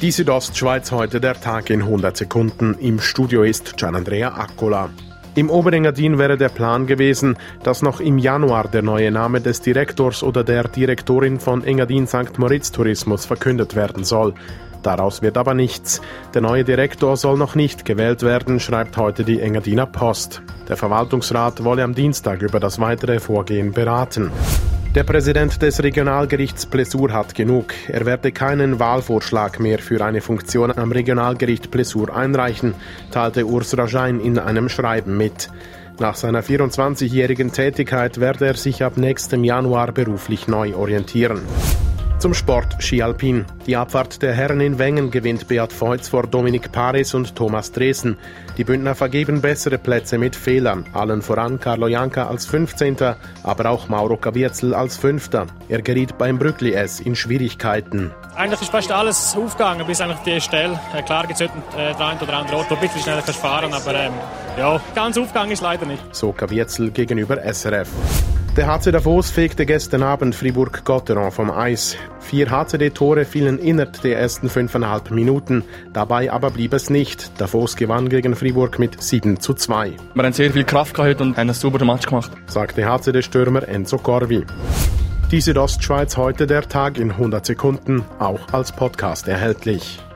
Die Südostschweiz, heute der Tag in 100 Sekunden. Im Studio ist Gianandrea Accola. Im Oberengadin wäre der Plan gewesen, dass noch im Januar der neue Name des Direktors oder der Direktorin von Engadin St. Moritz Tourismus verkündet werden soll. Daraus wird aber nichts. Der neue Direktor soll noch nicht gewählt werden, schreibt heute die Engadiner Post. Der Verwaltungsrat wolle am Dienstag über das weitere Vorgehen beraten. Der Präsident des Regionalgerichts Plessur hat genug. Er werde keinen Wahlvorschlag mehr für eine Funktion am Regionalgericht Plessur einreichen, teilte Urs Rajain in einem Schreiben mit. Nach seiner 24-jährigen Tätigkeit werde er sich ab nächstem Januar beruflich neu orientieren. Zum Sport Ski Alpin. Die Abfahrt der Herren in Wengen gewinnt Beat Feutz vor Dominik Paris und Thomas Dresen. Die Bündner vergeben bessere Plätze mit Fehlern. Allen voran Carlo Janka als 15., aber auch Mauro Caviezel als 5. Er geriet beim Brückli-S in Schwierigkeiten. Eigentlich ist fast alles aufgegangen bis eigentlich die Stelle. Klar gibt es heute der eine oder andere Ort, wo ein bisschen schneller fahren kannst, aber ganz aufgegangen ist leider nicht. So Caviezel gegenüber SRF. Der HC Davos fegte gestern Abend Fribourg-Gotteron vom Eis. 4 HCD-Tore fielen innerhalb der ersten 5,5 Minuten. Dabei aber blieb es nicht. Davos gewann gegen Fribourg mit 7:2. Wir haben sehr viel Kraft gehabt und haben einen sauberen Match gemacht, sagte HCD-Stürmer Enzo Corvi. Die Südostschweiz, heute der Tag in 100 Sekunden, auch als Podcast erhältlich.